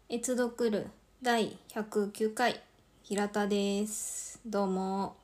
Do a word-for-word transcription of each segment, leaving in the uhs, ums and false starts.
越読るだいひゃくきゅうかい、平田です。どうも。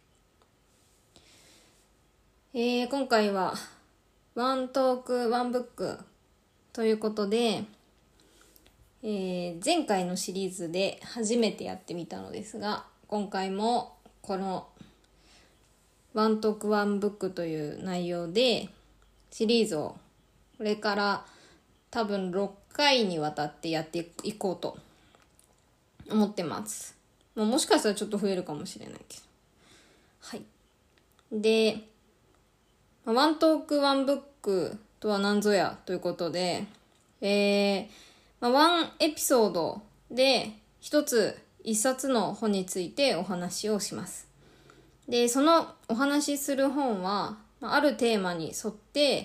えー、今回はワントークワンブックということで、えー、前回のシリーズで初めてやってみたのですが、今回もこのワントークワンブックという内容でシリーズをこれから多分ろっかいにわたってやっていこうと思ってます。もうもしかしたらちょっと増えるかもしれないけど。はい。で、ワントークワンブックとは何ぞやということで、えー、まあ、ワンエピソードで一つ一冊の本についてお話をします。で、そのお話しする本は、あるテーマに沿って、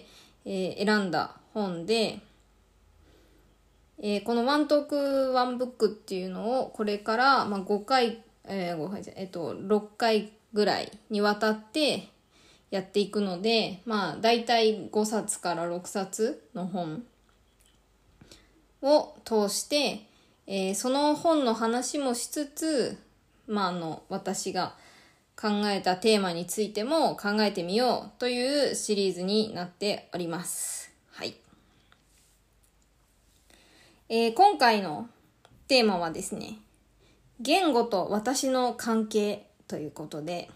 えー、選んだ本で、えー、このワントークワンブックっていうのをこれから、まあ、ごかい、えーごかいじゃえっと、ろっかいぐらいにわたってやっていくので、まあ、だいたいごさつからろくさつの本を通して、えー、その本の話もしつつ、まあ、あの、私が考えたテーマについても考えてみようというシリーズになっております。はい。えー、今回のテーマはですね、言語と私の関係ということで、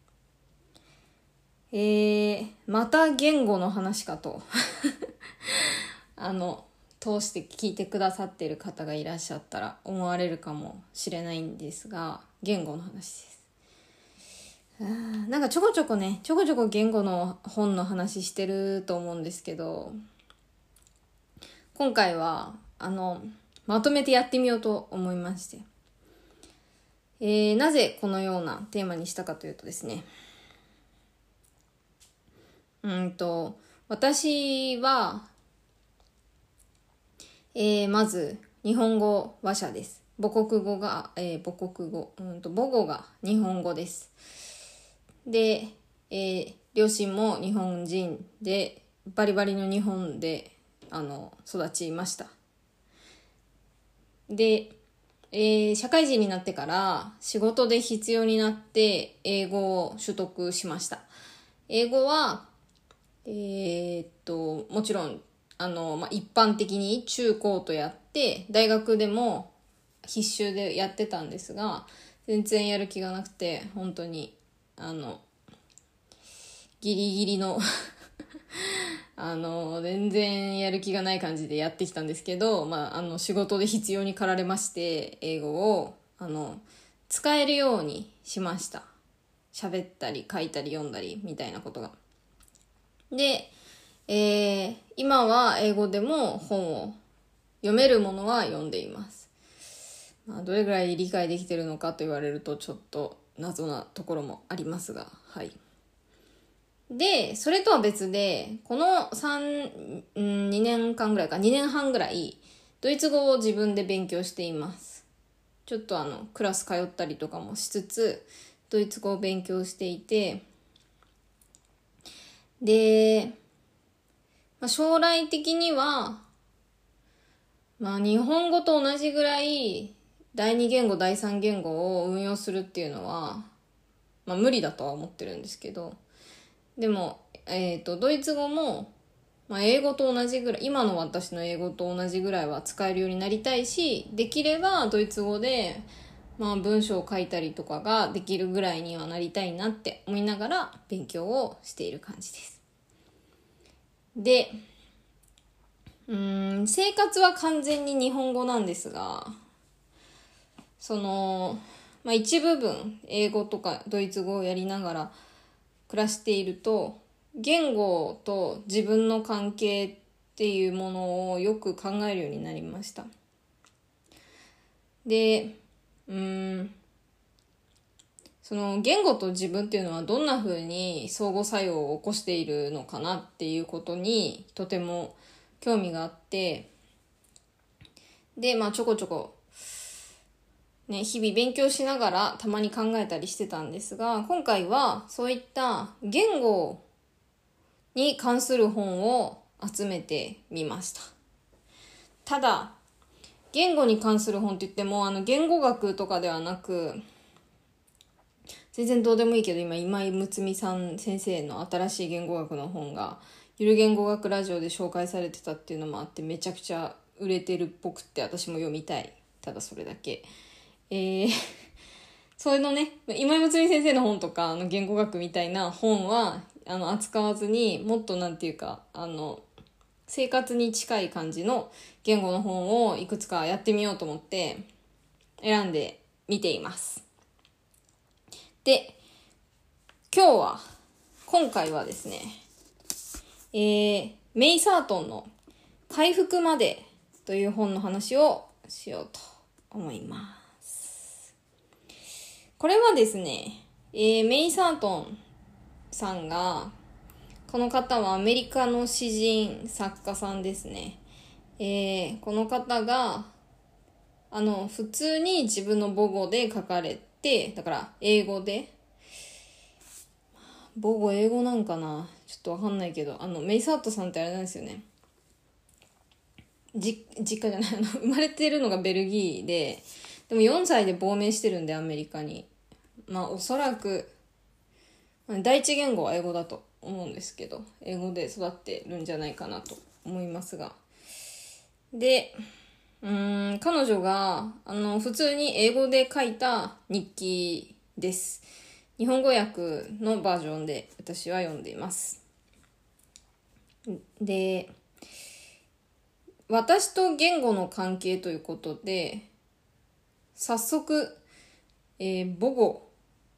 えー、また言語の話かとあの通して聞いてくださっている方がいらっしゃったら思われるかもしれないんですが、言語の話です。あーなんかちょこちょこねちょこちょこ言語の本の話してると思うんですけど、今回はあのまとめてやってみようと思いまして、えー、なぜこのようなテーマにしたかというとですね、うんと私は、えー、まず日本語話者です。母国語が、えー、母国語、うんと母語が日本語です。で、えー、両親も日本人でバリバリの日本であの育ちました。で、えー、社会人になってから仕事で必要になって英語を取得しました。英語は、えー、っと、もちろん、あの、まあ、一般的に中高とやって、大学でも必修でやってたんですが、全然やる気がなくて、本当に、あの、ギリギリのあの、全然やる気がない感じでやってきたんですけど、まあ、あの、仕事で必要に駆られまして、英語を、あの、使えるようにしました。喋ったり書いたり読んだりみたいなことが。で、えー、今は英語でも本を読めるものは読んでいます。まあ、どれぐらい理解できてるのかと言われるとちょっと謎なところもありますが、はい。で、それとは別で、このさん、にねんかんぐらいか、にねんはんぐらい、ドイツ語を自分で勉強しています。ちょっとあの、クラス通ったりとかもしつつ、ドイツ語を勉強していて、で、まあ、将来的には、まあ日本語と同じぐらい、第二言語、第三言語を運用するっていうのは、まあ無理だとは思ってるんですけど、でも、えっと、ドイツ語も、まあ、英語と同じぐらい、今の私の英語と同じぐらいは使えるようになりたいし、できればドイツ語で、まあ、文章を書いたりとかができるぐらいにはなりたいなって思いながら勉強をしている感じです。で、うーん、生活は完全に日本語なんですが、その、まあ、一部分英語とかドイツ語をやりながら暮らしていると、言語と自分の関係っていうものをよく考えるようになりました。で、うーん、その言語と自分っていうのはどんな風に相互作用を起こしているのかなっていうことにとても興味があって、で、まあちょこちょこね、日々勉強しながらたまに考えたりしてたんですが、今回はそういった言語に関する本を集めてみました。ただ、 言語に関する本って言っても、あの、言語学とかではなく、全然どうでもいいけど、今、今井睦美さん先生の新しい言語学の本が、ゆる言語学ラジオで紹介されてたっていうのもあって、めちゃくちゃ売れてるっぽくって、私も読みたい。ただそれだけ。えー、そういうのね、今井睦美先生の本とか、あの、言語学みたいな本は、あの、扱わずに、もっとなんていうか、あの、生活に近い感じの言語の本をいくつかやってみようと思って選んでみています。で、今日は、今回はですね、えー、メイ・サートンの回復までという本の話をしようと思います。これはですね、えー、メイ・サートンさんが、この方はアメリカの詩人作家さんですね。えー、この方があの普通に自分の母語で書かれて、だから英語で、母語英語なんかな、ちょっとわかんないけど、あのメイ・サートさんってあれなんですよね。じ実家じゃないあの生まれてるのがベルギーで、でもよんさいで亡命してるんでアメリカに。まあおそらく第一言語は英語だと思うんですけど、英語で育ってるんじゃないかなと思いますが。で、うーん、彼女が、あの、普通に英語で書いた日記です。日本語訳のバージョンで私は読んでいます。で、私と言語の関係ということで、早速、えー母語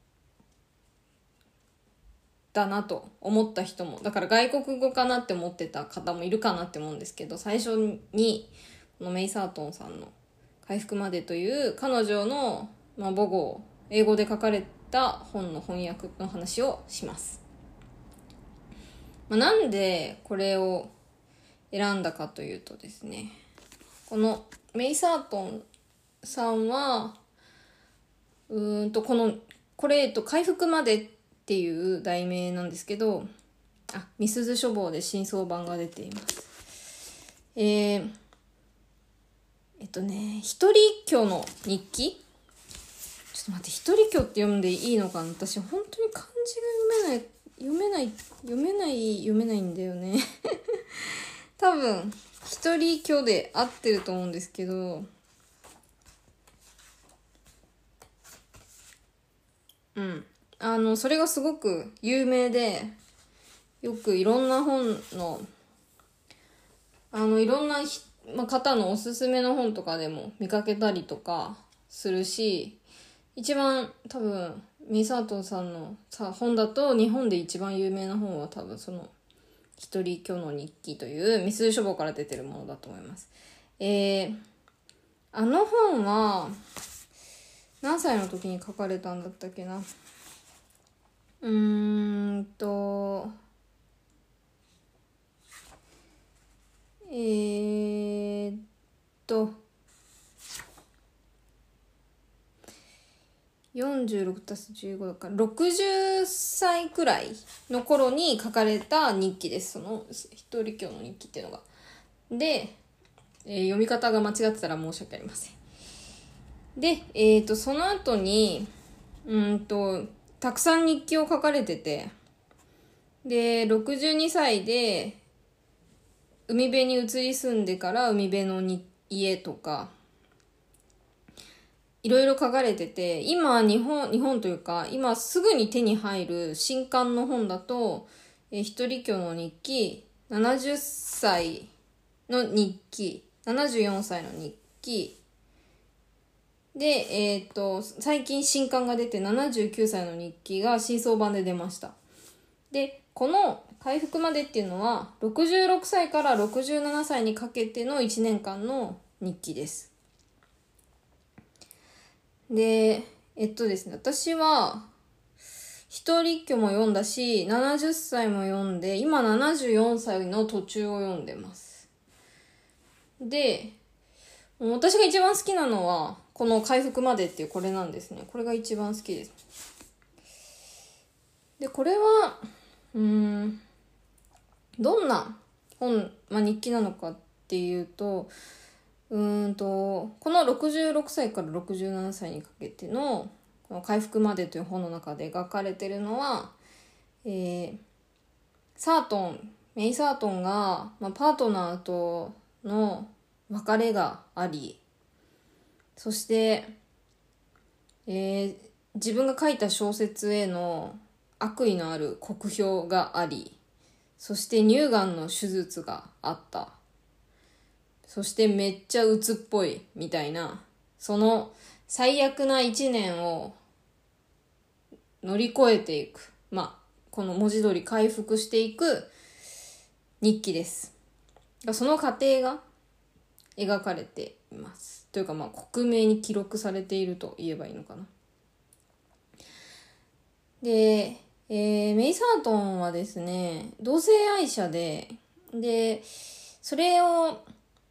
だなと思った人も、だから外国語かなって思ってた方もいるかなって思うんですけど、最初にこのメイ・サートンさんの回復までという彼女の、まあ、母語、英語で書かれた本の翻訳の話をします。まあ、なんでこれを選んだかというとですね、このメイ・サートンさんは、うーんと、この、これ、えっと、回復までっていう題名なんですけど、あ、みすゞ書房で新装版が出ています。えー、えっとね、一人一挙の日記？ちょっと待って、一人挙って読んでいいのかな？私本当に漢字が読めない、読めない、読めない、読めないんだよね。多分、一人挙で合ってると思うんですけど、うん。あの、それがすごく有名で、よくいろんな本の、あの、いろんなひ、まあ、方のおすすめの本とかでも見かけたりとかするし、一番多分、ミサートさんのさ本だと、日本で一番有名な本は多分その、一人挙の日記というみすゞ書房から出てるものだと思います。えー、あの本は、何歳の時に書かれたんだったっけな。うーんと、えーっと、よんじゅうろくたすじゅうごだからろくじゅっさいくらいの頃に書かれた日記です。その一人教の日記っていうのが。で、えー、読み方が間違ってたら申し訳ありません。で、えーと、その後に、うんと、たくさん日記を書かれてて、で、ろくじゅうにさいで、海辺に移り住んでから海辺のに家とか、いろいろ書かれてて、今日本、日本というか、今すぐに手に入る新刊の本だと、えー、一人教の日記、ななじゅっさいの日記、ななじゅうよんさいの日記、で、えっと、最近新刊が出てななじゅうきゅうさいの日記が新装版で出ました。で、この回復までっていうのは、ろくじゅうろくさいからろくじゅうななさいにかけてのいちねんかんの日記です。で、えっとですね、私は、一人っ子も読んだし、ななじゅっさいも読んで、今ななじゅうよんさいの途中を読んでます。で、私が一番好きなのは、この回復までっていうこれなんですね。これが一番好きです。で、これは、うーん、どんな本、まあ、日記なのかっていうと、 うーんとこのろくじゅうろくさいからろくじゅうななさいにかけてのこの回復までという本の中で描かれているのは、えー、サートンメイ・サートンが、まあ、パートナーとの別れがあり、そして、えー、自分が書いた小説への悪意のある酷評があり、そして乳がんの手術があった、そしてめっちゃ鬱っぽいみたいな、その最悪な一年を乗り越えていく、まあこの文字通り回復していく日記です。その過程が描かれています。というかまあ克明に記録されていると言えばいいのかな。で、えー、メイ・サートンはですね、同性愛者で、で、それを、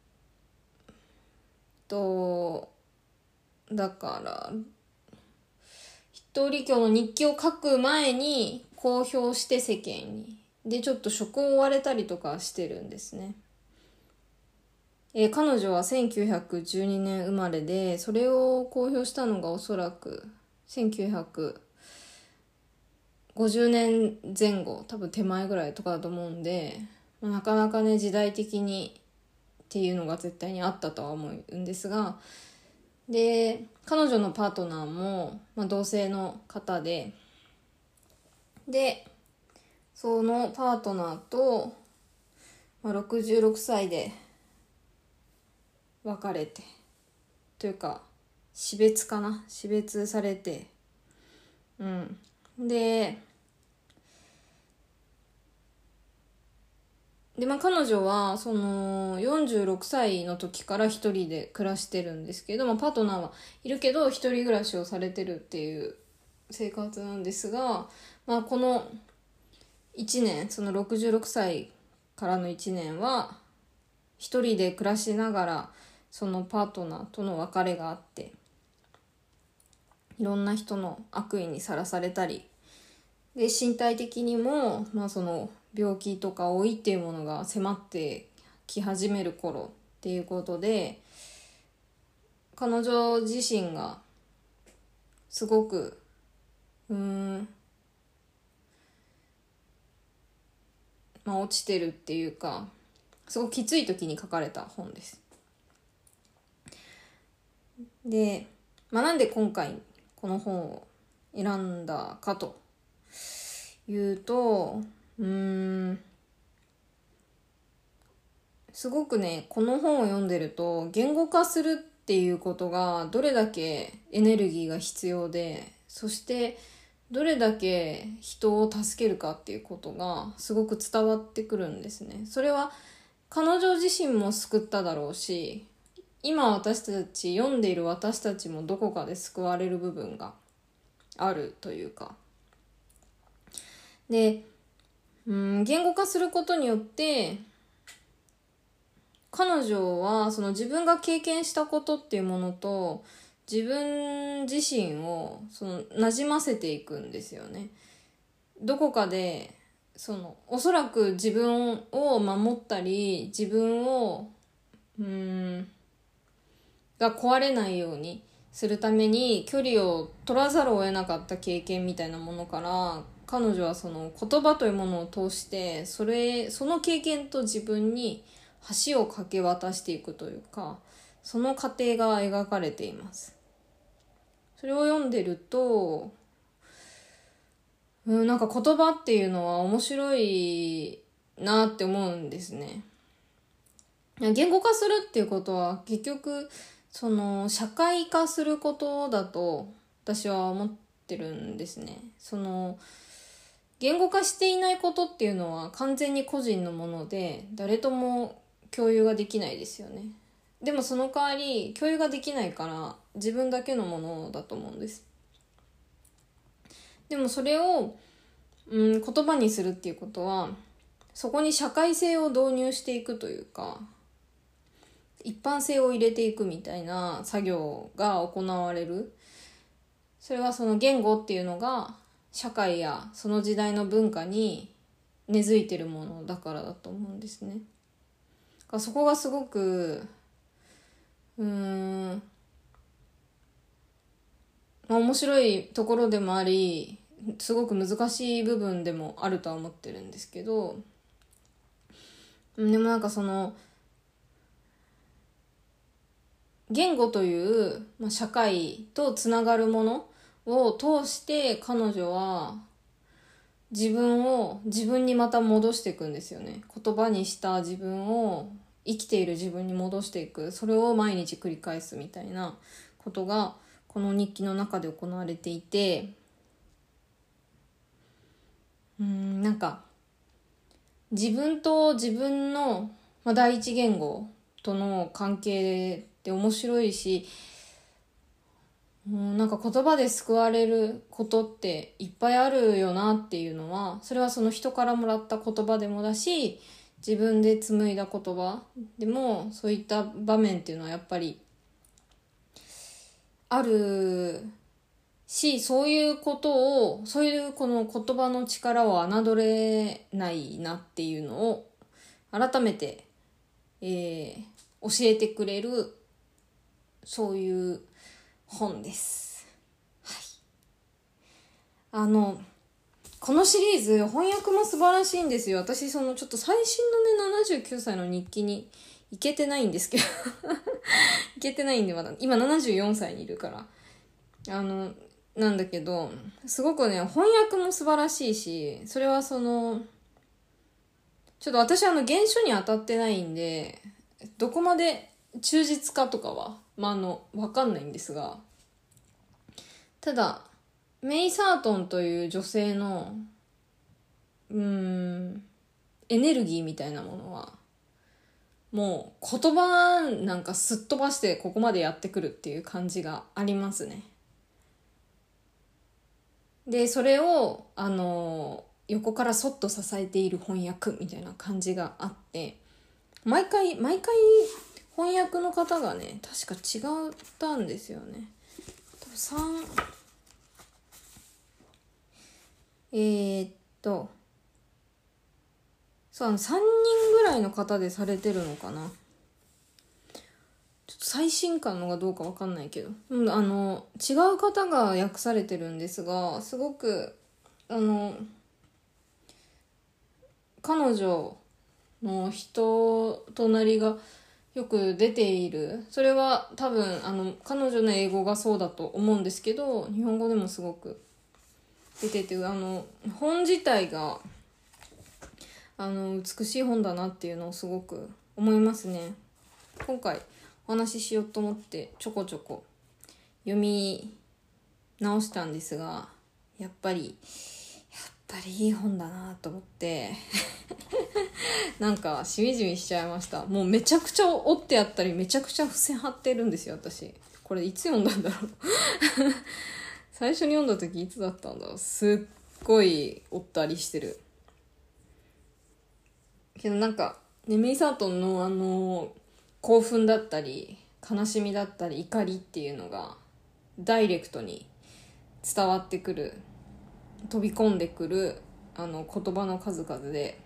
と、だから、一人教の日記を書く前に公表して世間に。で、ちょっと職を追われたりとかしてるんですね。えー、彼女はせんきゅうひゃくじゅうにねん生まれで、それを公表したのがおそらくせんきゅうひゃくごじゅうねんぜん後、多分手前ぐらいとかだと思うんで、まあ、なかなかね時代的にっていうのが絶対にあったとは思うんですが、で彼女のパートナーも、まあ、同性の方で、でそのパートナーと、まあ、ろくじゅうろくさいで別れて、というか死別かな死別されて、うんでで、まあ、彼女はそのよんじゅうろくさいの時から一人で暮らしてるんですけど、まあ、パートナーはいるけど一人暮らしをされてるっていう生活なんですが、まあ、このいちねん、そのろくじゅうろくさいからのいちねんは一人で暮らしながらそのパートナーとの別れがあって、いろんな人の悪意にさらされたりで、身体的にも、まあ、その病気とか老いっていうものが迫ってき始める頃っていうことで、彼女自身がすごくうーんまあ落ちてるっていうか、すごくきつい時に書かれた本です。で、まあ、なんで今回この本を選んだかというと、うーんすごくね、この本を読んでると言語化するっていうことがどれだけエネルギーが必要で、そしてどれだけ人を助けるかっていうことがすごく伝わってくるんですね。それは彼女自身も救っただろうし、今私たち読んでいる私たちもどこかで救われる部分があるというか、で、うん、言語化することによって彼女はその自分が経験したことっていうものと自分自身をその馴染ませていくんですよね。どこかでそのおそらく自分を守ったり自分をうーんが壊れないようにするために距離を取らざるを得なかった経験みたいなものから、彼女はその言葉というものを通してそれその経験と自分に橋を架け渡していくというか、その過程が描かれています。それを読んでると、うん、なんか言葉っていうのは面白いなって思うんですね。言語化するっていうことは結局その社会化することだと私は思ってるんですね。その言語化していないことっていうのは完全に個人のもので誰とも共有ができないですよね。でもその代わり共有ができないから自分だけのものだと思うんです。でもそれを、うん、言葉にするっていうことはそこに社会性を導入していくというか、一般性を入れていくみたいな作業が行われる。それはその言語っていうのが社会やその時代の文化に根付いてるものだからだと思うんですね。そこがすごくうーん、まあ、面白いところでもあり、すごく難しい部分でもあるとは思ってるんですけど、でもなんかその言語という、まあ、社会とつながるものを通して彼女は自分を自分にまた戻していくんですよね。言葉にした自分を生きている自分に戻していく、それを毎日繰り返すみたいなことがこの日記の中で行われていて、うーんなんか自分と自分の、まあ、第一言語との関係って面白いし、うん、なんか言葉で救われることっていっぱいあるよなっていうのは、それはその人からもらった言葉でもだし、自分で紡いだ言葉でもそういった場面っていうのはやっぱりあるし、そういうことを、そういうこの言葉の力を侮れないなっていうのを改めて、えー教えてくれる、そういう本です。はい。あの、このシリーズ翻訳も素晴らしいんですよ。私そのちょっと最新のねななじゅうきゅうさいの日記に行けてないんですけど行けてないんでまだ今ななじゅうよんさいにいるからあのなんだけど、すごくね翻訳も素晴らしいし、それはそのちょっと私あの原書に当たってないんでどこまで忠実かとかはまああの分かんないんですが、ただメイ・サートンという女性のうーんエネルギーみたいなものはもう言葉なんかすっ飛ばしてここまでやってくるっていう感じがありますね。でそれをあの横からそっと支えている翻訳みたいな感じがあって、毎回毎回翻訳の方がね確か違ったんですよね。多分さんえー、っとそうさんにんぐらいの方でされてるのかな。ちょっと最新刊のがどうかわかんないけど、うん、あの違う方が訳されてるんですが、すごくあの彼女の人となりがよく出ている。それは多分あの彼女の英語がそうだと思うんですけど、日本語でもすごく出てて、あの本自体があの美しい本だなっていうのをすごく思いますね。今回お話ししようと思ってちょこちょこ読み直したんですが、やっぱりやっぱりいい本だなと思ってなんかしみじみしちゃいました。もうめちゃくちゃ折ってあったりめちゃくちゃ付箋貼ってるんですよ。私これいつ読んだんだろう最初に読んだ時いつだったんだろう。すっごい折ったりしてるけど、なんかねメイサートンのあの興奮だったり悲しみだったり怒りっていうのがダイレクトに伝わってくる、飛び込んでくるあの言葉の数々で、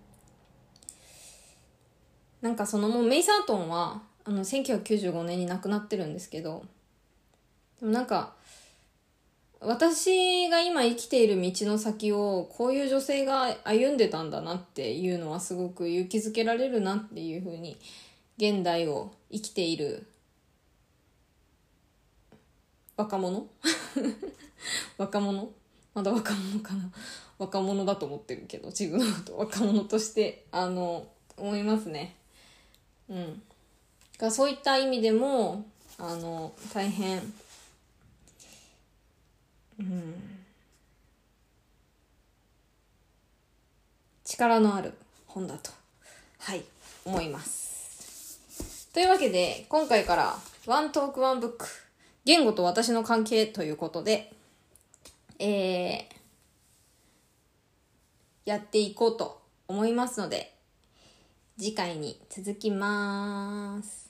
なんかそのもうメイ・サートンはあのせんきゅうひゃくきゅうじゅうごねんに亡くなってるんですけど、でもなんか私が今生きている道の先をこういう女性が歩んでたんだなっていうのはすごく勇気づけられるなっていうふうに、現代を生きている若者若者まだ若者かな若者だと思ってるけど自分のこと若者としてあの思いますね。うんがそういった意味でもあの大変、うん、力のある本だとはい思います。というわけで今回からワントークワンブック、言語と私の関係ということで、えー、やっていこうと思いますので、次回に続きます。